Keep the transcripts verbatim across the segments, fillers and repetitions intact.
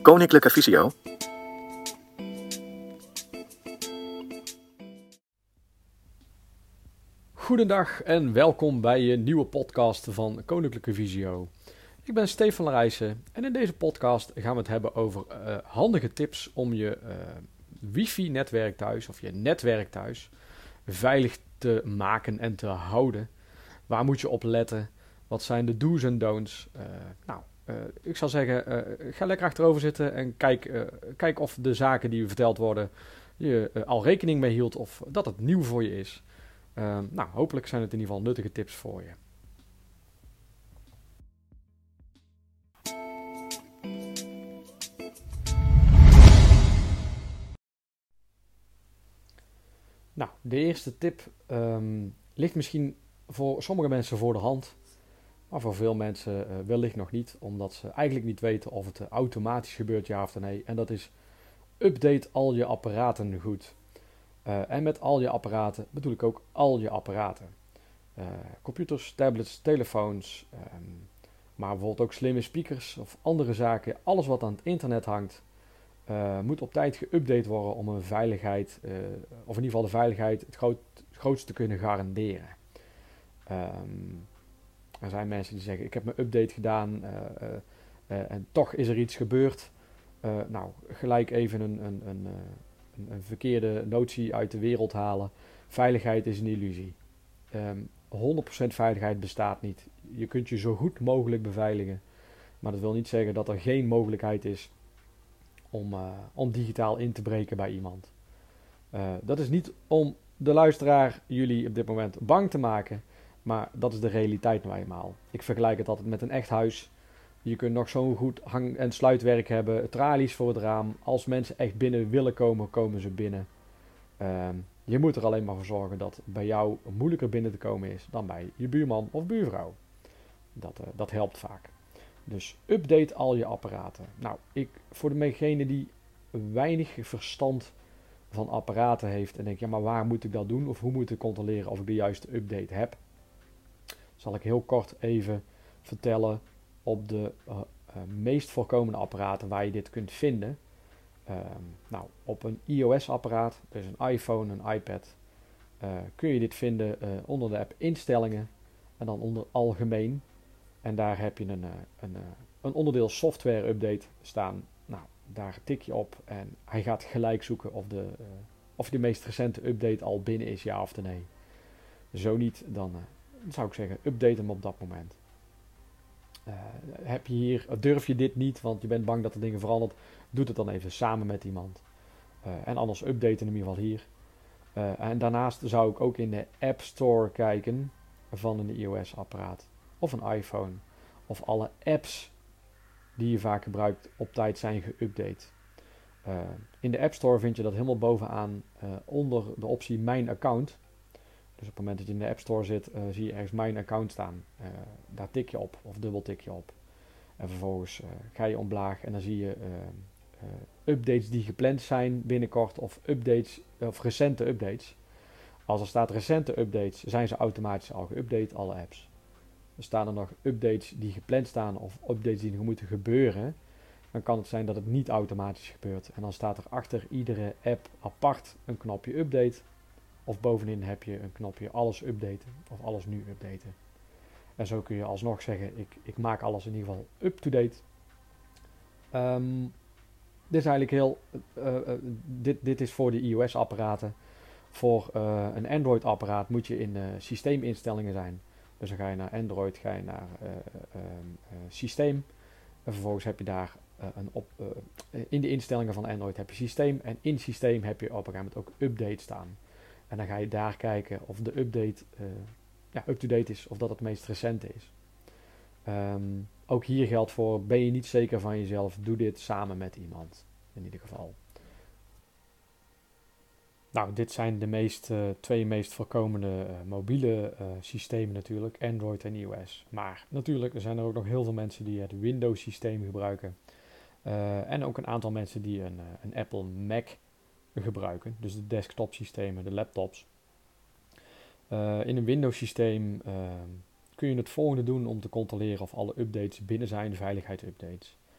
Koninklijke Visio. Goedendag en welkom bij een nieuwe podcast van Koninklijke Visio. Ik ben Stefan Larijsen en in deze podcast gaan we het hebben over uh, handige tips om je uh, wifi-netwerk thuis of je netwerk thuis veilig te maken en te houden. Waar moet je op letten? Wat zijn de do's en don'ts? Uh, nou, uh, ik zou zeggen, uh, ga lekker achterover zitten en kijk, uh, kijk of de zaken die verteld worden je uh, al rekening mee hield of dat het nieuw voor je is. Uh, nou, hopelijk zijn het in ieder geval nuttige tips voor je. Nou, de eerste tip um, ligt misschien voor sommige mensen voor de hand, maar voor veel mensen uh, wellicht nog niet, omdat ze eigenlijk niet weten of het automatisch gebeurt, ja of nee. En dat is, update al je apparaten goed. Uh, en met al je apparaten bedoel ik ook al je apparaten. Uh, computers, tablets, telefoons, um, maar bijvoorbeeld ook slimme speakers of andere zaken. Alles wat aan het internet hangt, uh, moet op tijd geüpdate worden om een veiligheid, uh, of in ieder geval de veiligheid, het, groot, het grootste te kunnen garanderen. Um, er zijn mensen die zeggen, ik heb mijn update gedaan uh, uh, uh, en toch is er iets gebeurd. Uh, nou, gelijk even een, een, een, een, een verkeerde notie uit de wereld halen. Veiligheid is een illusie. Um, honderd procent veiligheid bestaat niet. Je kunt je zo goed mogelijk beveiligen. Maar dat wil niet zeggen dat er geen mogelijkheid is om, uh, om digitaal in te breken bij iemand. Uh, dat is niet om de luisteraar, jullie op dit moment, bang te maken. Maar dat is de realiteit nou eenmaal. Ik vergelijk het altijd met een echt huis. Je kunt nog zo'n goed hang- en sluitwerk hebben. Tralies voor het raam. Als mensen echt binnen willen komen, komen ze binnen. Uh, je moet er alleen maar voor zorgen dat bij jou moeilijker binnen te komen is dan bij je buurman of buurvrouw. Dat, uh, dat helpt vaak. Dus update al je apparaten. Nou, ik, voor degene die weinig verstand van apparaten heeft en denkt, ja, maar waar moet ik dat doen? Of hoe moet ik controleren of ik de juiste update heb? Zal ik heel kort even vertellen op de uh, uh, meest voorkomende apparaten waar je dit kunt vinden. Uh, nou, op een iOS-apparaat, dus een iPhone, een iPad, uh, kun je dit vinden uh, onder de app instellingen en dan onder algemeen. En daar heb je een, uh, een, uh, een onderdeel software update staan. Nou, daar tik je op en hij gaat gelijk zoeken of de, uh, of de meest recente update al binnen is, ja of nee. Zo niet, dan uh, zou ik zeggen, update hem op dat moment. Uh, heb je hier, durf je dit niet, want je bent bang dat er dingen verandert, doe het dan even samen met iemand. Uh, en anders updaten in ieder geval hier. Uh, en daarnaast zou ik ook in de App Store kijken van een iOS-apparaat of een iPhone. Of alle apps die je vaak gebruikt op tijd zijn geüpdate. Uh, in de App Store vind je dat helemaal bovenaan uh, onder de optie Mijn account. Dus op het moment dat je in de App Store zit, uh, zie je ergens Mijn account staan. Uh, daar tik je op of dubbel tik je op. En vervolgens uh, ga je omlaag en dan zie je uh, uh, updates die gepland zijn binnenkort of updates of recente updates. Als er staat recente updates, zijn ze automatisch al geüpdate, alle apps. Er staan er nog updates die gepland staan of updates die nog moeten gebeuren. Dan kan het zijn dat het niet automatisch gebeurt. En dan staat er achter iedere app apart een knopje update. Of bovenin heb je een knopje alles updaten of alles nu updaten. En zo kun je alsnog zeggen, ik, ik maak alles in ieder geval up-to-date. Um, dit is eigenlijk heel, uh, uh, dit, dit is voor de iOS-apparaten. Voor uh, een Android-apparaat moet je in uh, systeeminstellingen zijn. Dus dan ga je naar Android, ga je naar uh, uh, uh, systeem. En vervolgens heb je daar uh, een op, uh, in de instellingen van Android heb je systeem. En in systeem heb je op een gegeven moment ook update staan. En dan ga je daar kijken of de update uh, ja, up-to-date is, of dat het meest recente is. Um, ook hier geldt voor, ben je niet zeker van jezelf, doe dit samen met iemand, in ieder geval. Nou, dit zijn de meest, uh, twee meest voorkomende uh, mobiele uh, systemen natuurlijk, Android en iOS. Maar natuurlijk, er zijn er ook nog heel veel mensen die het Windows-systeem gebruiken. Uh, en ook een aantal mensen die een, uh, een Apple Mac gebruiken, dus de desktop systemen, de laptops. Uh, in een Windows systeem uh, kun je het volgende doen om te controleren of alle updates binnen zijn, veiligheidsupdates.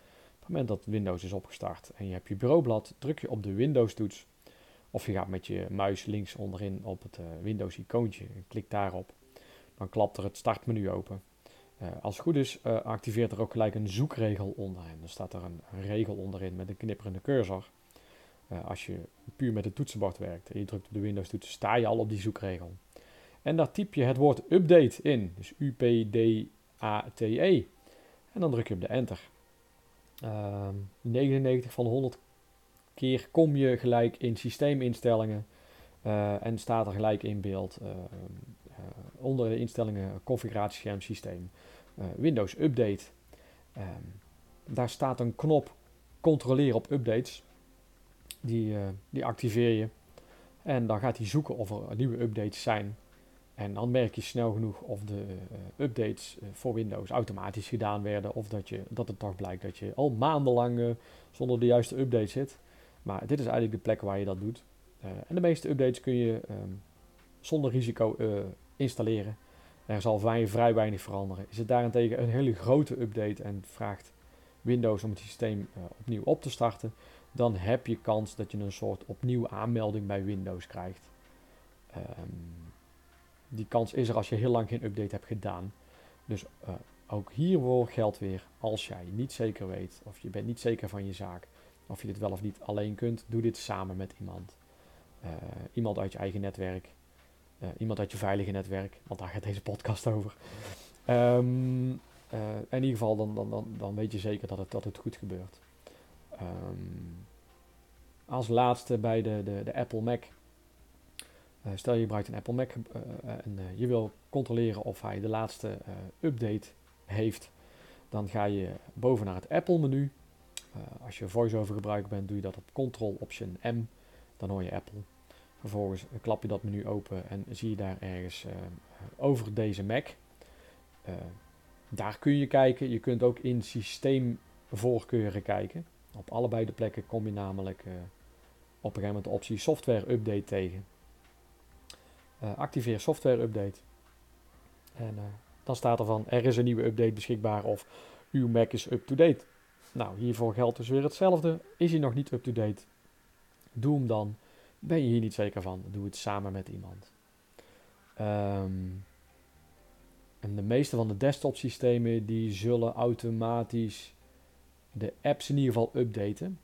het moment dat Windows is opgestart en je hebt je bureaublad, druk je op de Windows-toets. Of je gaat met je muis links onderin op het uh, Windows-icoontje en klik daarop. Dan klapt er het startmenu open. Uh, als het goed is, uh, activeert er ook gelijk een zoekregel onderin. Dan staat er een, een regel onderin met een knipperende cursor. Uh, als je puur met het toetsenbord werkt en je drukt op de Windows-toets, sta je al op die zoekregel. En daar typ je het woord update in. Dus U P D A T E. En dan druk je op de enter. Uh, negenennegentig van de honderd keer kom je gelijk in systeeminstellingen. Uh, en staat er gelijk in beeld. Uh, uh, onder de instellingen configuratiescherm systeem. Uh, Windows Update. Uh, daar staat een knop controleren op updates. Die, uh, die activeer je. En dan gaat hij zoeken of er nieuwe updates zijn. En dan merk je snel genoeg of de uh, updates uh, voor Windows automatisch gedaan werden. Of dat, je, dat het toch blijkt dat je al maandenlang uh, zonder de juiste update zit. Maar dit is eigenlijk de plek waar je dat doet. Uh, en de meeste updates kun je um, zonder risico uh, installeren. Er zal vrij, vrij weinig veranderen. Is het daarentegen een hele grote update en vraagt Windows om het systeem uh, opnieuw op te starten, dan heb je kans dat je een soort opnieuw aanmelding bij Windows krijgt. Um, die kans is er als je heel lang geen update hebt gedaan. Dus uh, ook hiervoor geldt weer, als jij niet zeker weet of je bent niet zeker van je zaak, of je dit wel of niet alleen kunt, doe dit samen met iemand. Uh, iemand uit je eigen netwerk. Uh, iemand uit je veilige netwerk, want daar gaat deze podcast over. Um, uh, in ieder geval, dan, dan, dan, dan weet je zeker dat het, dat het goed gebeurt. Um, als laatste bij de, de, de Apple Mac. Uh, stel je gebruikt een Apple Mac uh, uh, en uh, je wil controleren of hij de laatste uh, update heeft. Dan ga je boven naar het Apple menu. Uh, als je VoiceOver gebruiker bent, doe je dat op Control Option M. Dan hoor je Apple. Vervolgens klap je dat menu open en zie je daar ergens uh, over deze Mac. Uh, daar kun je kijken. Je kunt ook in systeemvoorkeuren kijken. Op allebei de plekken kom je namelijk uh, op een gegeven moment de optie Software Update tegen. Uh, activeer Software Update. En uh, dan staat er van er is een nieuwe update beschikbaar of uw Mac is up-to-date. Nou, hiervoor geldt dus weer hetzelfde. Is hij nog niet up-to-date? Doe hem dan. Ben je hier niet zeker van? Doe het samen met iemand. Um, en de meeste van de desktop systemen die zullen automatisch de apps in ieder geval updaten.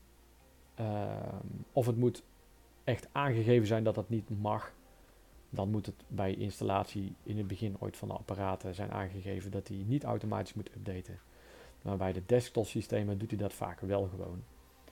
Um, of het moet echt aangegeven zijn dat dat niet mag. Dan moet het bij installatie in het begin ooit van de apparaten zijn aangegeven dat die niet automatisch moet updaten. Maar bij de desktop systemen doet hij dat vaak wel gewoon.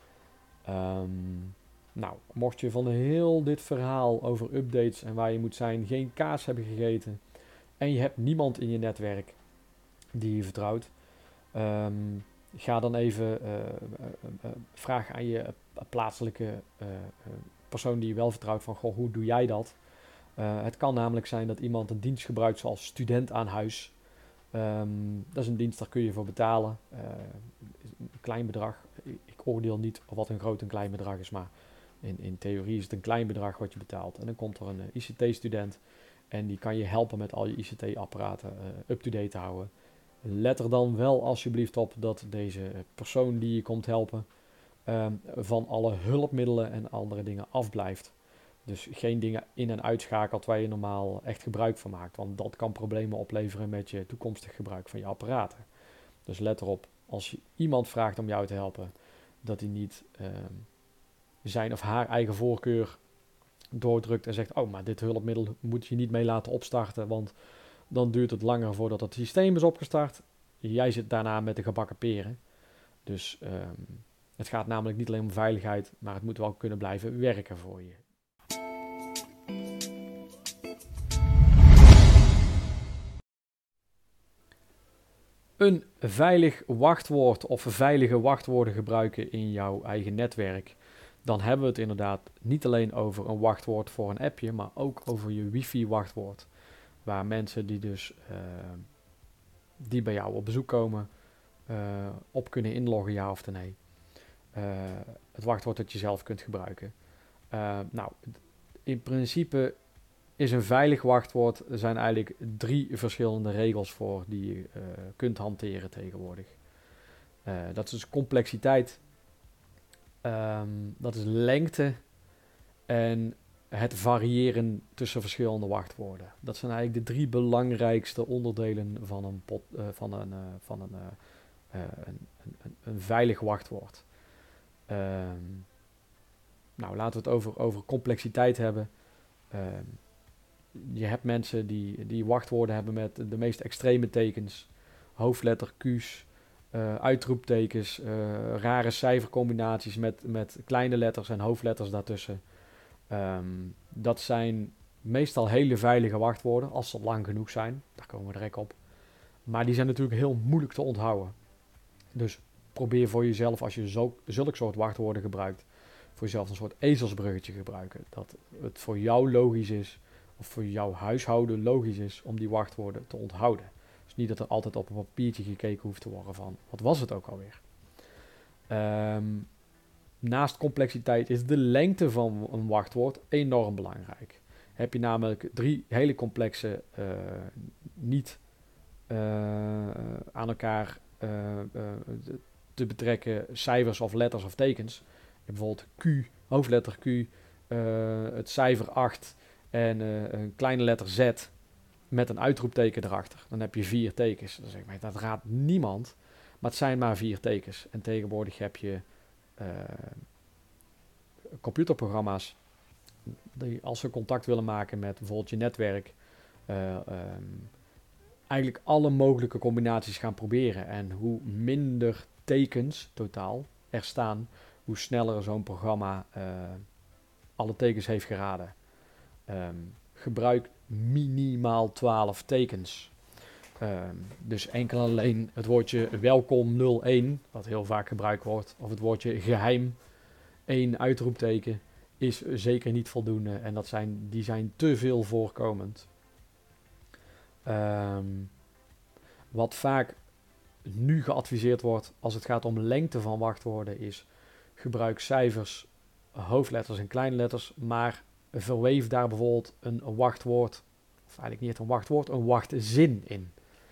Um, Nou, mocht je van heel dit verhaal over updates en waar je moet zijn geen kaas hebben gegeten en je hebt niemand in je netwerk die je vertrouwt, um, ga dan even uh, uh, uh, vragen aan je uh, plaatselijke uh, uh, persoon die je wel vertrouwt van, goh, hoe doe jij dat? Uh, het kan namelijk zijn dat iemand een dienst gebruikt zoals student aan huis. Um, dat is een dienst, daar kun je voor betalen. Uh, een klein bedrag. Ik oordeel niet wat een groot en klein bedrag is, maar In, in theorie is het een klein bedrag wat je betaalt. En dan komt er een uh, I C T-student en die kan je helpen met al je I C T-apparaten uh, up-to-date te houden. Let er dan wel alsjeblieft op dat deze persoon die je komt helpen um, van alle hulpmiddelen en andere dingen afblijft. Dus geen dingen in- en uitschakelt waar je normaal echt gebruik van maakt. Want dat kan problemen opleveren met je toekomstig gebruik van je apparaten. Dus let erop, als je iemand vraagt om jou te helpen, dat hij niet Um, zijn of haar eigen voorkeur doordrukt en zegt, oh, maar dit hulpmiddel moet je niet mee laten opstarten, want dan duurt het langer voordat het systeem is opgestart. Jij zit daarna met de gebakken peren. Dus um, het gaat namelijk niet alleen om veiligheid, maar het moet wel kunnen blijven werken voor je. Een veilig wachtwoord of veilige wachtwoorden gebruiken in jouw eigen netwerk. Dan hebben we het inderdaad niet alleen over een wachtwoord voor een appje, maar ook over je wifi-wachtwoord. Waar mensen die dus uh, die bij jou op bezoek komen, uh, op kunnen inloggen, ja of nee. Uh, het wachtwoord dat je zelf kunt gebruiken. Uh, nou, in principe is een veilig wachtwoord, er zijn eigenlijk drie verschillende regels voor die je uh, kunt hanteren tegenwoordig. Uh, dat is dus complexiteit. Um, dat is lengte. En het variëren tussen verschillende wachtwoorden. Dat zijn eigenlijk de drie belangrijkste onderdelen van een, pot, uh, van een, uh, van een, uh, uh, een, een, een veilig wachtwoord. Um, nou, laten we het over, over complexiteit hebben. Um, je hebt mensen die, die wachtwoorden hebben met de meest extreme tekens. Hoofdletter Q's, uh, uitroeptekens, uh, rare cijfercombinaties met, met kleine letters en hoofdletters daartussen. Um, dat zijn meestal hele veilige wachtwoorden, als ze lang genoeg zijn. Daar komen we direct op. Maar die zijn natuurlijk heel moeilijk te onthouden. Dus probeer voor jezelf, als je zo, zulke soort wachtwoorden gebruikt, voor jezelf een soort ezelsbruggetje gebruiken. Dat het voor jou logisch is, of voor jouw huishouden logisch is, om die wachtwoorden te onthouden. Dus niet dat er altijd op een papiertje gekeken hoeft te worden van, wat was het ook alweer? Um, Naast complexiteit is de lengte van een wachtwoord enorm belangrijk. Heb je namelijk drie hele complexe, uh, niet uh, aan elkaar uh, uh, te betrekken cijfers of letters of tekens. Je hebt bijvoorbeeld Q, hoofdletter Q, uh, het cijfer acht en uh, een kleine letter Z met een uitroepteken erachter. Dan heb je vier tekens. Dan zeg ik, maar, dat raadt niemand, maar het zijn maar vier tekens. En tegenwoordig heb je Uh, computerprogramma's die, als ze contact willen maken met bijvoorbeeld je netwerk, uh, um, eigenlijk alle mogelijke combinaties gaan proberen. En hoe minder tekens totaal er staan, hoe sneller zo'n programma uh, alle tekens heeft geraden. Um, gebruik minimaal twaalf tekens. Um, dus enkel alleen het woordje welkom nul een, wat heel vaak gebruikt wordt, of het woordje geheim, één uitroepteken, is zeker niet voldoende. En dat zijn, die zijn te veel voorkomend. Um, wat vaak nu geadviseerd wordt als het gaat om lengte van wachtwoorden is, gebruik cijfers, hoofdletters en kleine letters, maar verweef daar bijvoorbeeld een wachtwoord, of eigenlijk niet echt een wachtwoord, een wachtzin in.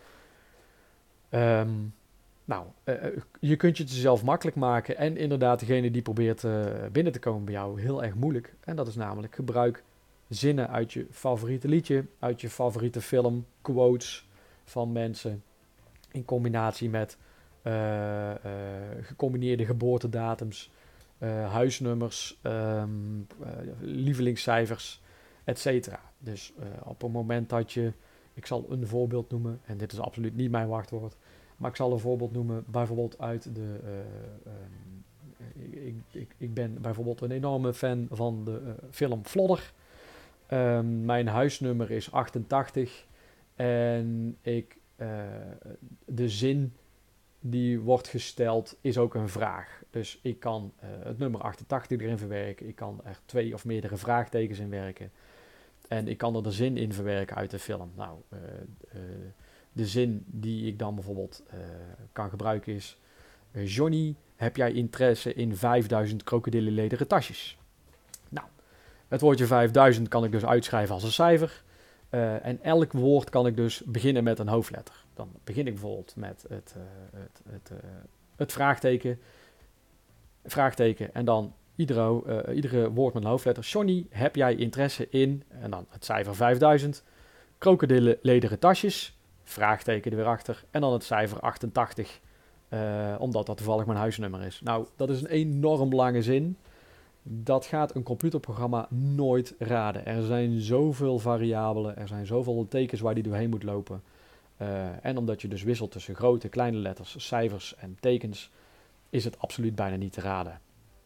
Um, nou, uh, je kunt je het zelf makkelijk maken en inderdaad degene die probeert uh, binnen te komen bij jou heel erg moeilijk. En dat is namelijk gebruik zinnen uit je favoriete liedje, uit je favoriete film, quotes van mensen in combinatie met uh, uh, gecombineerde geboortedatums, uh, huisnummers, um, uh, lievelingscijfers, et cetera. Dus uh, op het moment dat je, ik zal een voorbeeld noemen, en dit is absoluut niet mijn wachtwoord, maar ik zal een voorbeeld noemen, bijvoorbeeld uit de, uh, um, ik, ik, ik ben bijvoorbeeld een enorme fan van de uh, film Flodder. Um, mijn huisnummer is achtentachtig en ik, uh, de zin die wordt gesteld is ook een vraag. Dus ik kan uh, het nummer achtentachtig erin verwerken, ik kan er twee of meerdere vraagtekens in werken en ik kan er de zin in verwerken uit de film. Nou, uh, uh, de zin die ik dan bijvoorbeeld uh, kan gebruiken is, uh, Johnny, heb jij interesse in vijfduizend krokodillenlederen tasjes? Nou, het woordje vijfduizend kan ik dus uitschrijven als een cijfer. Uh, en elk woord kan ik dus beginnen met een hoofdletter. Dan begin ik bijvoorbeeld met het, uh, het, het, uh, het vraagteken, vraagteken en dan iedere, uh, iedere woord met een hoofdletter. Johnny, heb jij interesse in, en dan het cijfer vijfduizend, krokodillenlederen tasjes? Vraagteken er weer achter. En dan het cijfer achtentachtig. Uh, omdat dat toevallig mijn huisnummer is. Nou, dat is een enorm lange zin. Dat gaat een computerprogramma nooit raden. Er zijn zoveel variabelen. Er zijn zoveel tekens waar die doorheen moet lopen. Uh, en omdat je dus wisselt tussen grote, kleine letters, cijfers en tekens, is het absoluut bijna niet te raden.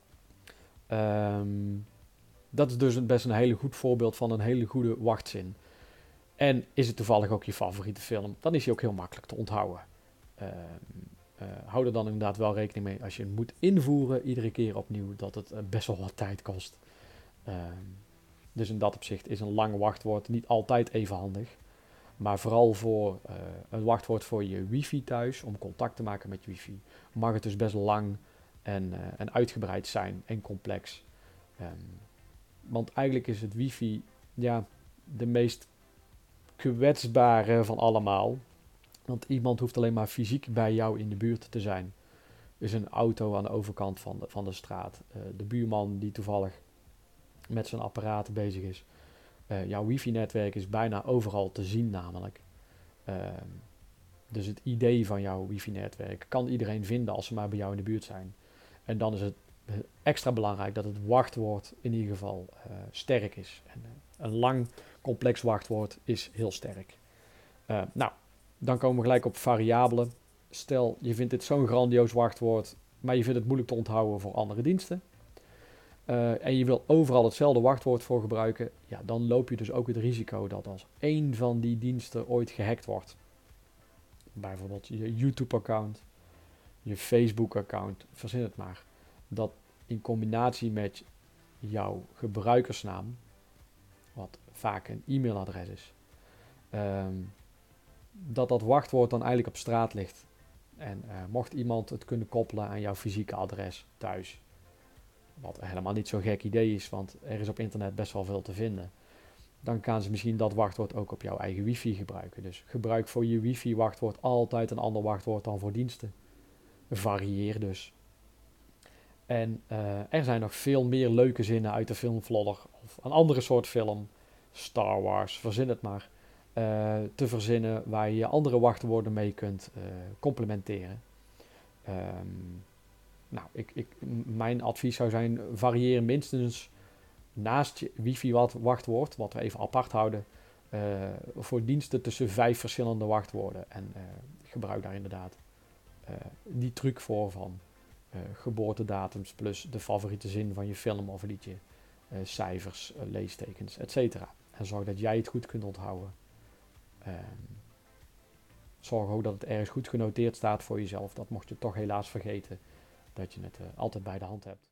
Um, dat is dus best een hele goed voorbeeld van een hele goede wachtzin. En is het toevallig ook je favoriete film, dan is hij ook heel makkelijk te onthouden. Uh, uh, hou er dan inderdaad wel rekening mee als je hem moet invoeren, iedere keer opnieuw, dat het uh, best wel wat tijd kost. Uh, dus in dat opzicht is een lang wachtwoord niet altijd even handig. Maar vooral voor uh, een wachtwoord voor je wifi thuis, om contact te maken met je wifi, mag het dus best lang en, uh, en uitgebreid zijn en complex. Um, want eigenlijk is het wifi ja, de meest kwetsbare van allemaal. Want iemand hoeft alleen maar fysiek bij jou in de buurt te zijn. is een auto aan de overkant van de, van de straat. Uh, de buurman die toevallig met zijn apparaat bezig is. Uh, jouw wifi-netwerk is bijna overal te zien namelijk. Uh, dus het idee van jouw wifi-netwerk kan iedereen vinden als ze maar bij jou in de buurt zijn. En dan is het extra belangrijk dat het wachtwoord in ieder geval uh, sterk is. En, uh, een lang, complex wachtwoord is heel sterk. Uh, nou, dan komen we gelijk op variabelen. Stel, je vindt dit zo'n grandioos wachtwoord, maar je vindt het moeilijk te onthouden voor andere diensten. Uh, en je wil overal hetzelfde wachtwoord voor gebruiken. Ja, dan loop je dus ook het risico dat als één van die diensten ooit gehackt wordt. Bijvoorbeeld je YouTube-account, je Facebook-account, verzin het maar. Dat in combinatie met jouw gebruikersnaam, wat vaak een e-mailadres is, um, dat dat wachtwoord dan eigenlijk op straat ligt. En uh, mocht iemand het kunnen koppelen aan jouw fysieke adres thuis, wat helemaal niet zo'n gek idee is, want er is op internet best wel veel te vinden, dan kan ze misschien dat wachtwoord ook op jouw eigen wifi gebruiken. Dus gebruik voor je wifi wachtwoord altijd een ander wachtwoord dan voor diensten. Varieer dus. En uh, er zijn nog veel meer leuke zinnen uit de film Vlodder of een andere soort film, Star Wars, verzin het maar, uh, te verzinnen waar je andere wachtwoorden mee kunt uh, complementeren. Um, nou, ik, ik, mijn advies zou zijn, varieer minstens naast je wifi wachtwoord, wat we even apart houden, uh, voor diensten tussen vijf verschillende wachtwoorden. En uh, gebruik daar inderdaad uh, die truc voor van uh, geboortedatums plus de favoriete zin van je film of liedje, uh, cijfers, uh, leestekens, et cetera. En zorg dat jij het goed kunt onthouden. Uh, zorg ook dat het ergens goed genoteerd staat voor jezelf. Dat mocht je toch helaas vergeten, dat je het uh, altijd bij de hand hebt.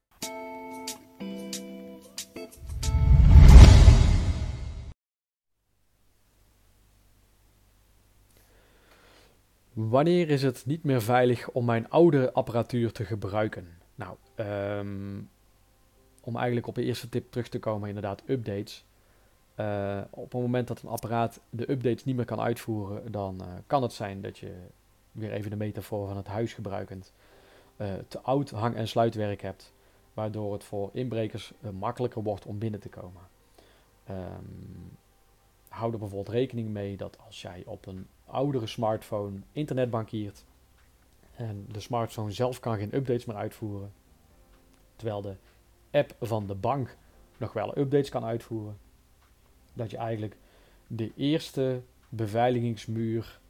Wanneer is het niet meer veilig om mijn oude apparatuur te gebruiken? Nou, um, om eigenlijk op de eerste tip terug te komen, inderdaad, updates. Uh, op het moment dat een apparaat de updates niet meer kan uitvoeren, dan uh, kan het zijn dat je, weer even de metafoor van het huis gebruikend, uh, te oud hang- en sluitwerk hebt, waardoor het voor inbrekers uh, makkelijker wordt om binnen te komen. Um, hou er bijvoorbeeld rekening mee dat als jij op een oudere smartphone internetbankiert en de smartphone zelf kan geen updates meer uitvoeren, terwijl de app van de bank nog wel updates kan uitvoeren, dat je eigenlijk de eerste beveiligingsmuur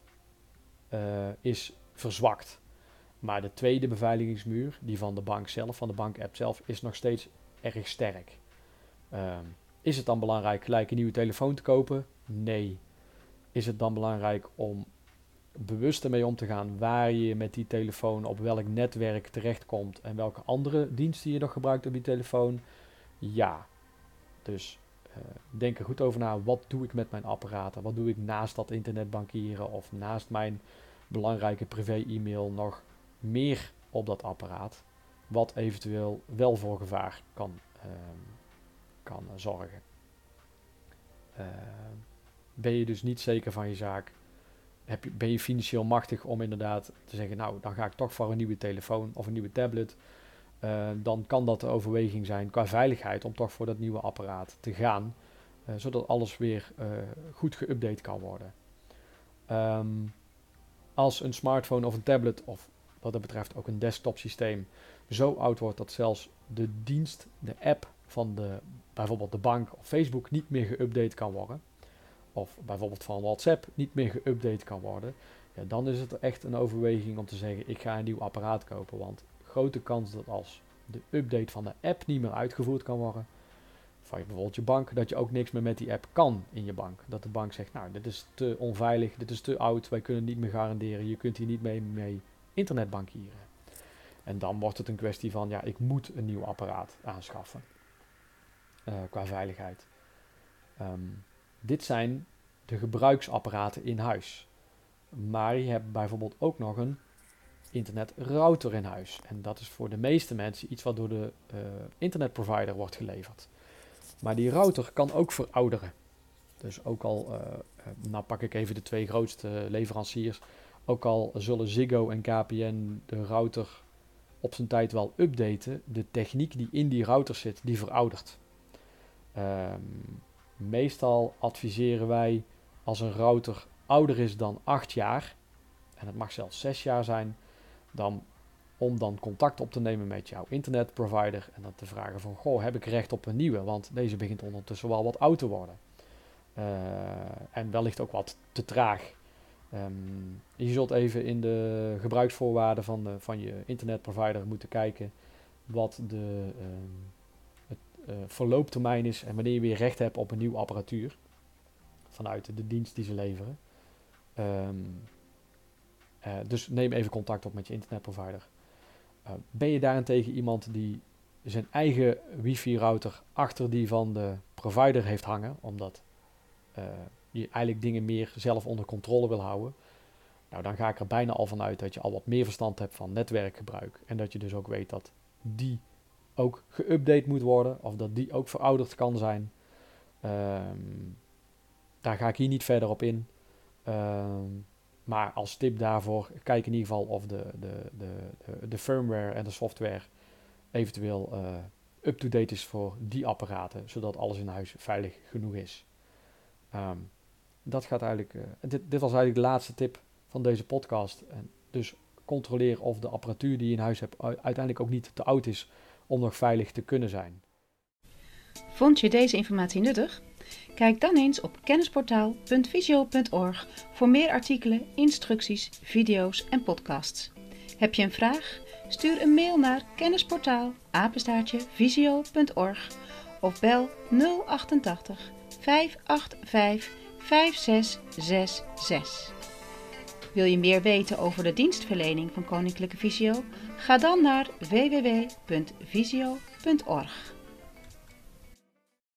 uh, is verzwakt. Maar de tweede beveiligingsmuur, die van de bank zelf, van de bank-app zelf, is nog steeds erg sterk. Um, is het dan belangrijk gelijk een nieuwe telefoon te kopen? Nee. Is het dan belangrijk om bewust ermee om te gaan waar je met die telefoon op welk netwerk terechtkomt en welke andere diensten je nog gebruikt op die telefoon? Ja. Dus uh, denk er goed over na. Wat doe ik met mijn apparaten? Wat doe ik naast dat internetbankieren of naast mijn belangrijke privé-e-mail nog meer op dat apparaat? Wat eventueel wel voor gevaar kan, uh, kan uh, zorgen. Uh, ben je dus niet zeker van je zaak? Heb je, ben je financieel machtig om inderdaad te zeggen, nou, dan ga ik toch voor een nieuwe telefoon of een nieuwe tablet. Uh, dan kan dat de overweging zijn qua veiligheid om toch voor dat nieuwe apparaat te gaan. Uh, zodat alles weer uh, goed geüpdate kan worden. Um, als een smartphone of een tablet, of wat dat betreft ook een desktop systeem, zo oud wordt dat zelfs de dienst, de app van de, bijvoorbeeld de bank of Facebook niet meer geüpdate kan worden, of bijvoorbeeld van WhatsApp niet meer geüpdate kan worden, ja, dan is het echt een overweging om te zeggen, ik ga een nieuw apparaat kopen, want grote kans dat als de update van de app niet meer uitgevoerd kan worden, van je bijvoorbeeld je bank, dat je ook niks meer met die app kan in je bank. Dat de bank zegt, nou, dit is te onveilig, dit is te oud, wij kunnen het niet meer garanderen, je kunt hier niet mee, mee internetbankieren. En dan wordt het een kwestie van, ja, ik moet een nieuw apparaat aanschaffen. Uh, qua veiligheid. Um, dit zijn de gebruiksapparaten in huis. Maar je hebt bijvoorbeeld ook nog een internetrouter in huis. En dat is voor de meeste mensen iets wat door de uh, internetprovider wordt geleverd. Maar die router kan ook verouderen. Dus ook al, uh, uh, nou pak ik even de twee grootste leveranciers. Ook al zullen Ziggo en K P N de router op zijn tijd wel updaten. De techniek die in die router zit, die veroudert. Um, meestal adviseren wij als een router ouder is dan acht jaar, en het mag zelfs zes jaar zijn, dan, om dan contact op te nemen met jouw internetprovider en dan te vragen van, goh, heb ik recht op een nieuwe? Want deze begint ondertussen wel wat oud te worden. Uh, en wellicht ook wat te traag. Um, je zult even in de gebruiksvoorwaarden van, de, van je internetprovider moeten kijken wat de um, het, uh, verlooptermijn is en wanneer je weer recht hebt op een nieuwe apparatuur vanuit de dienst die ze leveren. Um, uh, dus neem even contact op met je internetprovider. Uh, ben je daarentegen iemand die zijn eigen wifi-router achter die van de provider heeft hangen, omdat uh, je eigenlijk dingen meer zelf onder controle wil houden, nou, dan ga ik er bijna al van uit dat je al wat meer verstand hebt van netwerkgebruik en dat je dus ook weet dat die ook geüpdate moet worden of dat die ook verouderd kan zijn. Um, daar ga ik hier niet verder op in. Um, maar als tip daarvoor, kijk in ieder geval of de, de, de, de, de firmware en de software eventueel uh, up-to-date is voor die apparaten, zodat alles in huis veilig genoeg is. Um, dat gaat eigenlijk, uh, dit, dit was eigenlijk de laatste tip van deze podcast. En dus controleer of de apparatuur die je in huis hebt uiteindelijk ook niet te oud is om nog veilig te kunnen zijn. Vond je deze informatie nuttig? Kijk dan eens op kennisportaal punt visio punt org voor meer artikelen, instructies, video's en podcasts. Heb je een vraag? Stuur een mail naar kennisportaal apenstaartje visio punt org of bel nul achtentachtig vijfhonderdvijfenachtig vijfenzestig Wil je meer weten over de dienstverlening van Koninklijke Visio? Ga dan naar w w w punt visio punt org.